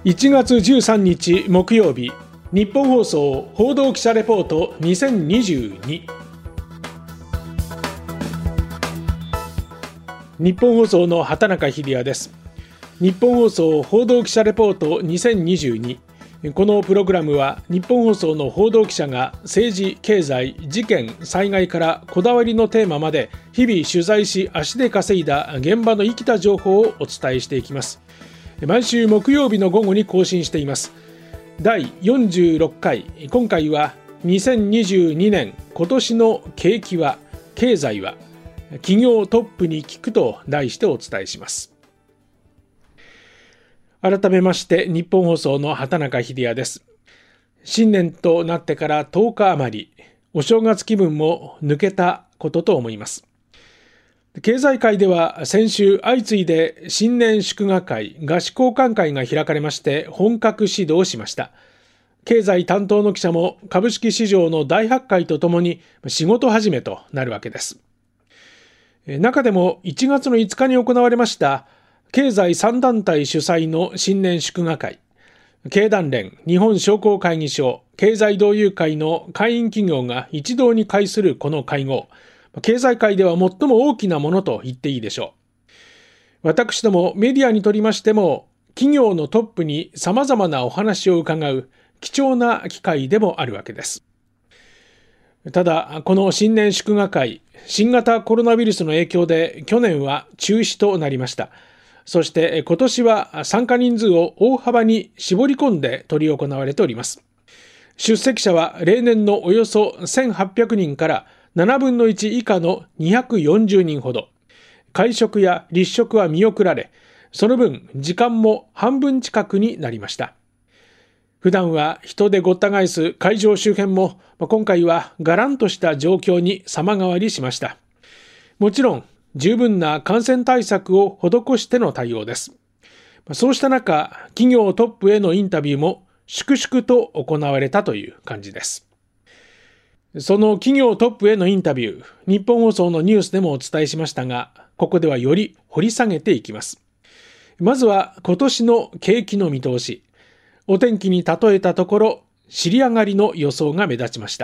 1月13日木曜日、日本放送報道記者レポート2022。日本放送の畑中秀也です。日本放送報道記者レポート2022。このプログラムは日本放送の報道記者が政治、経済、事件、災害からこだわりのテーマまで日々取材し足で稼いだ現場の生きた情報をお伝えしていきます。毎週木曜日の午後に更新しています。第46回、今回は2022年今年の景気は、経済は、企業トップに聞くと題してお伝えします。改めまして日本放送の畑中秀也です。新年となってから10日余り、お正月気分も抜けたことと思います。経済界では先週相次いで新年祝賀会、賀詞交換会が開かれまして本格始動しました。経済担当の記者も株式市場の大発会とともに仕事始めとなるわけです。中でも1月の5日に行われました経済3団体主催の新年祝賀会、経団連、日本商工会議所、経済同友会の会員企業が一堂に会するこの会合、経済界では最も大きなものと言っていいでしょう。私どもメディアにとりましても、企業のトップに様々なお話を伺う貴重な機会でもあるわけです。ただ、この新年祝賀会、新型コロナウイルスの影響で去年は中止となりました。そして今年は参加人数を大幅に絞り込んで執り行われております。出席者は例年のおよそ1800人から7分の1以下の240人ほど。会食や立食は見送られ、その分時間も半分近くになりました。普段は人でごった返す会場周辺も今回はがらんとした状況に様変わりしました。もちろん十分な感染対策を施しての対応です。そうした中、企業トップへのインタビューも粛々と行われたという感じです。その企業トップへのインタビュー、日本放送のニュースでもお伝えしましたが、ここではより掘り下げていきます。まずは今年の景気の見通し。お天気に例えたところ、尻上がりの予想が目立ちました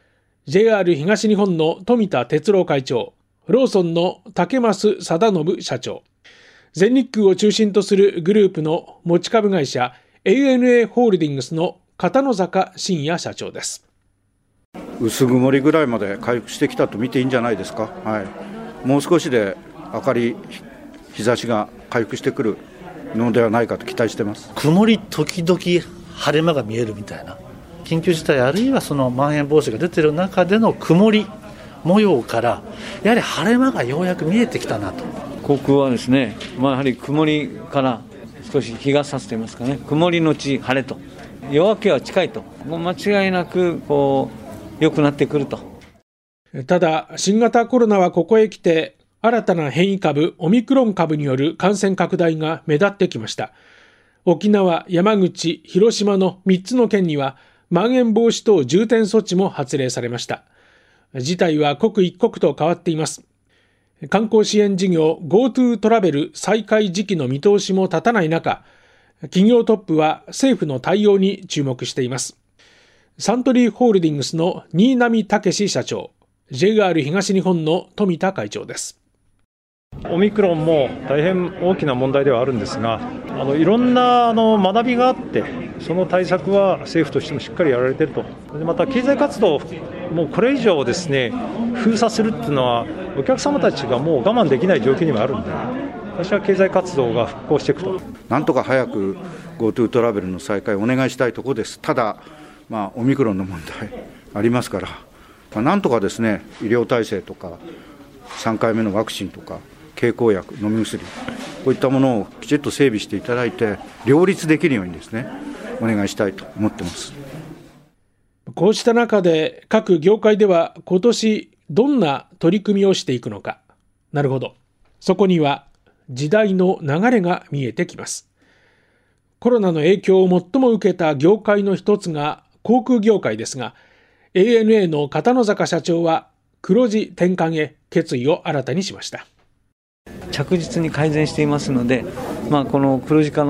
。JR 東日本の富田哲郎会長、ローソンの竹増貞信社長、全日空を中心とするグループの持ち株会社 ANA ホールディングスの片野坂真也社長です。 薄曇りぐらいまで回復してきたと見ていいんじゃないですか。もう少しで明るい日差しが回復してくるのではないかと期待しています。 曇り時々晴れ間が見えるみたいな、緊急事態あるいはそのまん延防止が出ている中での曇り模様からやはり晴れ間がようやく見えてきたなと。 航空はですね、やはり曇りから少し日が差すといいますかね、曇りのち晴れと、夜明けは近いと、もう間違いなく良くなってくると。 ただ、新型コロナはここへ来て新たな変異株オミクロン株による感染拡大が目立ってきました。沖縄、山口、広島の3つの県にはまん延防止等重点措置も発令されました。事態は刻一刻と変わっています。観光支援事業 GoTo トラベル再開時期の見通しも立たない中、企業トップは政府の対応に注目しています。サントリーホールディングスの新浪剛史社長、JR 東日本の富田会長です。 オミクロンも大変大きな問題ではあるんですが、いろんな学びがあって、その対策は政府としてもしっかりやられていると。でまた経済活動、もうこれ以上ですね、封鎖するっていうのはお客様たちがもう我慢できない状況にもあるんで、私は経済活動が復興していくと。 なんとか早く GoTo トラベルの再開をお願いしたいところです。ただ、オミクロンの問題ありますから、なんとかですね、医療体制とか3回目のワクチンとか経口薬、飲み薬、こういったものをきちっと整備していただいて、両立できるようにですね、お願いしたいと思っています。 こうした中で各業界では今年どんな取り組みをしていくのか。なるほど。そこには時代の流れが見えてきます。コロナの影響を最も受けた業界の一つが航空業界ですが、ANA の片野坂社長は黒字転換へ決意を新たにしました。 着実に改善していますので、この黒字化の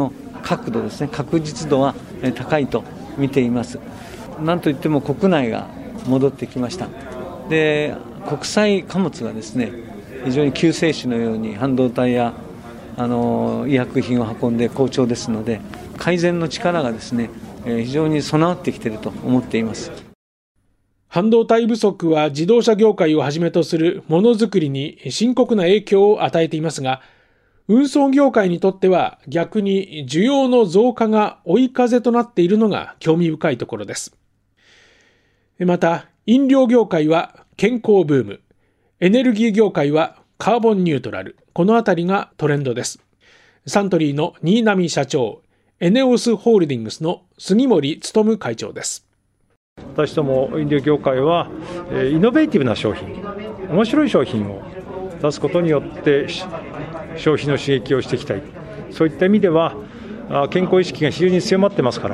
確度ですね、確実度は高いと見ています。なんといっても国内が戻ってきました。で、国際貨物がですね、非常に救世主のように半導体や医薬品を運んで好調ですので、改善の力がですね、非常に備わってきていると思っています。 半導体不足は自動車業界をはじめとするものづくりに深刻な影響を与えていますが、運送業界にとっては逆に需要の増加が追い風となっているのが興味深いところです。また、飲料業界は健康ブーム、エネルギー業界はカーボンニュートラル、このあたりがトレンドです。サントリーの新浪社長、エネオスホールディングスの杉森勉会長です。 私ども飲料業界はイノベーティブな商品、面白い商品を出すことによって消費の刺激をしていきたい、そういった意味では健康意識が非常に強まってますから、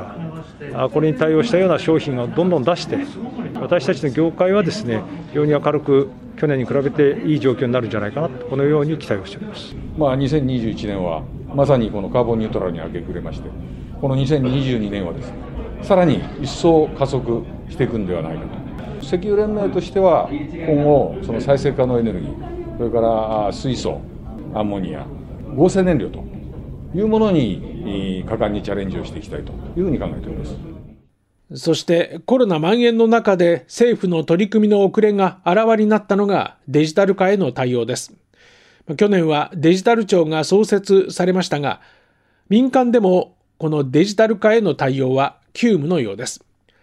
これに対応したような商品をどんどん出して、私たちの業界はですね、非常に明るく去年に比べていい状況になるんじゃないかなと、このように期待をしております。 2021年はまさにこのカーボンニュートラルに明け暮れまして、この2022年はですね、さらに一層加速していくんではないかと。石油連盟としては今後その再生可能エネルギー、それから水素、アンモニア、合成燃料というものに果敢にチャレンジをしていきたいというふうに考えております。 そしてコロナ蔓延の中で政府の取り組みの遅れがあらわになったのがデジタル化への対応です。去年はデジタル庁が創設されましたが、民間でもこのデジタル化への対応は急務のようです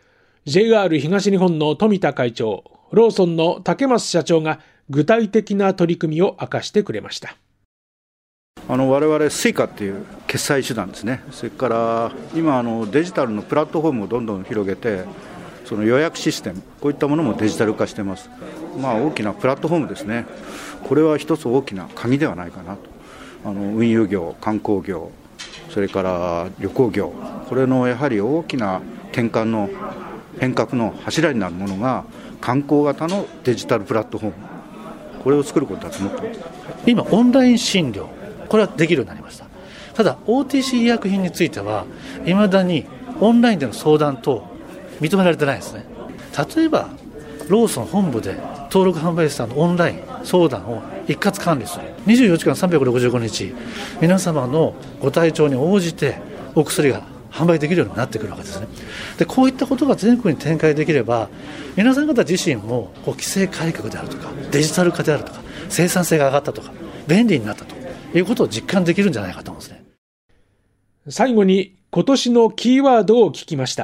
。JR 東日本の富田会長、ローソンの竹増社長が具体的な取り組みを明かしてくれました。 我々スイカっていう決済手段ですね。それから今デジタルのプラットフォームをどんどん広げて、その予約システム、こういったものもデジタル化してます。大きなプラットフォームですね。これは一つ大きな鍵ではないかなと。運輸業、観光業、それから旅行業、これのやはり大きな転換の変革の柱になるものが観光型のデジタルプラットフォーム、これを作ることだと思っています。 今オンライン診療、これはできるようになりました。ただ OTC 医薬品についてはいまだにオンラインでの相談等認められてないんですね。例えばローソン本部で登録販売者さんのオンライン相談を一括管理する、24時間365日皆様のご体調に応じてお薬が販売できるようになってくるわけですね。でこういったことが全国に展開できれば、皆さん方自身も規制改革であるとかデジタル化であるとか生産性が上がったとか便利になったということを実感できるんじゃないかと思うんですね。 最後に今年のキーワードを聞きました。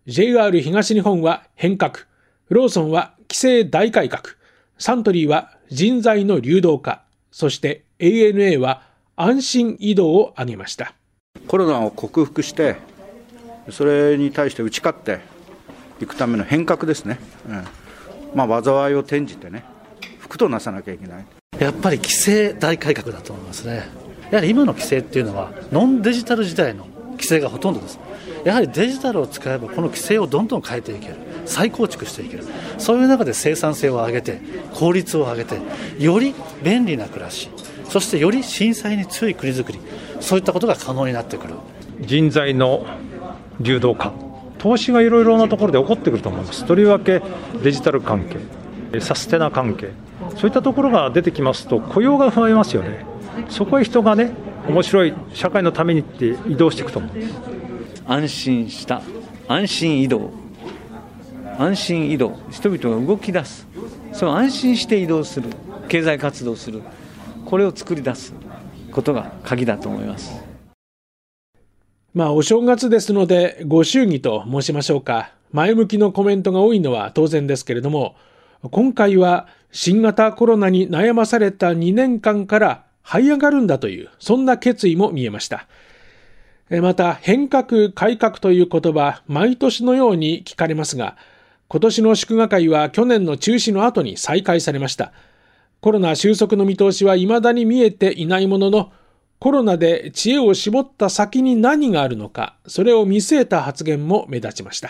JR 東日本は変革、ローソンは規制大改革、サントリーは人材の流動化、そして ANA は安心移動を挙げました。 コロナを克服して、それに対して打ち勝っていくための変革ですね。災いを転じてね、福となさなきゃいけない。 やっぱり規制大改革だと思いますね。やはり今の規制っていうのはノンデジタル時代の規制がほとんどです。やはりデジタルを使えばこの規制をどんどん変えていける、再構築していける、そういう中で生産性を上げて効率を上げて、より便利な暮らし、そしてより震災に強い国づくり、そういったことが可能になってくる。 人材の流動化、投資がいろいろなところで起こってくると思います。とりわけデジタル関係、サステナ関係、そういったところが出てきますと雇用が増えますよね。そこへ人がね、面白い社会のためにって移動していくと思うんです。 安心した安心移動、安心移動、人々が動き出す、その安心して移動する、経済活動する、これを作り出すことが鍵だと思います。 お正月ですのでご祝儀と申しましょうか、前向きのコメントが多いのは当然ですけれども、今回は新型コロナに悩まされた2年間から這い上がるんだという、そんな決意も見えました。また変革改革という言葉、毎年のように聞かれますが、今年の祝賀会は去年の中止の後に再開されました。コロナ収束の見通しは未だに見えていないものの、コロナで知恵を絞った先に何があるのか、それを見据えた発言も目立ちました。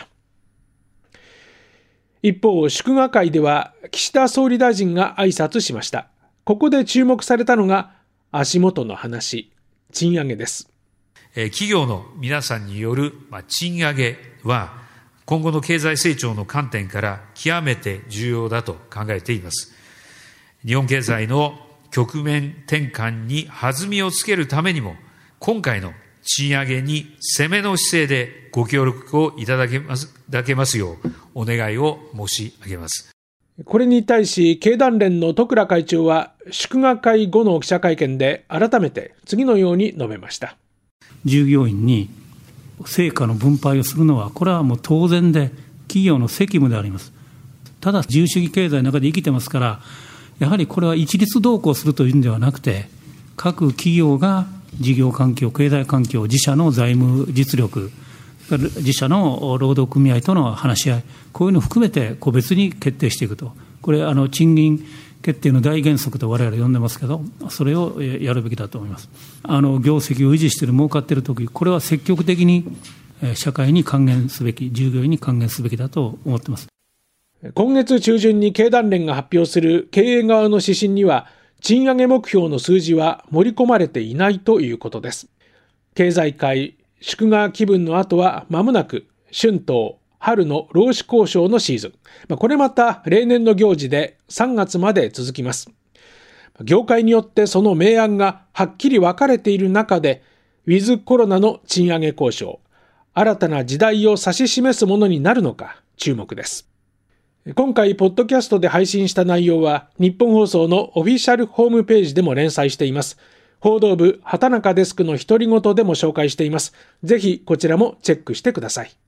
一方、祝賀会では岸田総理大臣が挨拶しました。ここで注目されたのが足元の話、賃上げです。 企業の皆さんによる賃上げは、今後の経済成長の観点から極めて重要だと考えています。日本経済の局面転換に弾みをつけるためにも、今回の賃上げに攻めの姿勢でご協力をいただけますようお願いを申し上げます。 これに対し経団連の十倉会長は祝賀会後の記者会見で改めて次のように述べました。 従業員に成果の分配をするのはこれはもう当然で企業の責務であります。ただ自由主義経済の中で生きてますから、やはりこれは一律同行するというんではなくて、各企業が事業環境、経済環境、自社の財務実力、自社の労働組合との話し合い、こういうのを含めて個別に決定していくと。これ賃金決定の大原則と我々呼んでますけど、それをやるべきだと思います。業績を維持している、儲かっているとき、これは積極的に社会に還元すべき、従業員に還元すべきだと思っています。 今月中旬に経団連が発表する経営側の指針には、賃上げ目標の数字は盛り込まれていないということです。経済界祝賀気分の後は間もなく春闘、春の労使交渉のシーズン。これまた例年の行事で3月まで続きます。業界によってその明暗がはっきり分かれている中で、ウィズコロナの賃上げ交渉、新たな時代を指し示すものになるのか注目です。今回ポッドキャストで配信した内容は日本放送のオフィシャルホームページでも連載しています。報道部畑中デスクの独り言でも紹介しています。ぜひこちらもチェックしてください。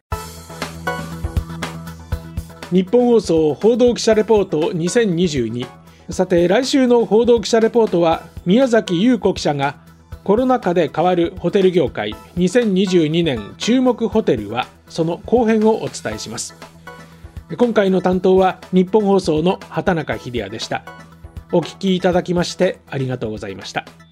日本放送報道記者レポート2022。さて来週の報道記者レポートは宮崎優子記者がコロナ禍で変わるホテル業界2022年注目ホテルは、その後編をお伝えします。今回の担当は日本放送の畑中秀也でした。お聞きいただきましてありがとうございました。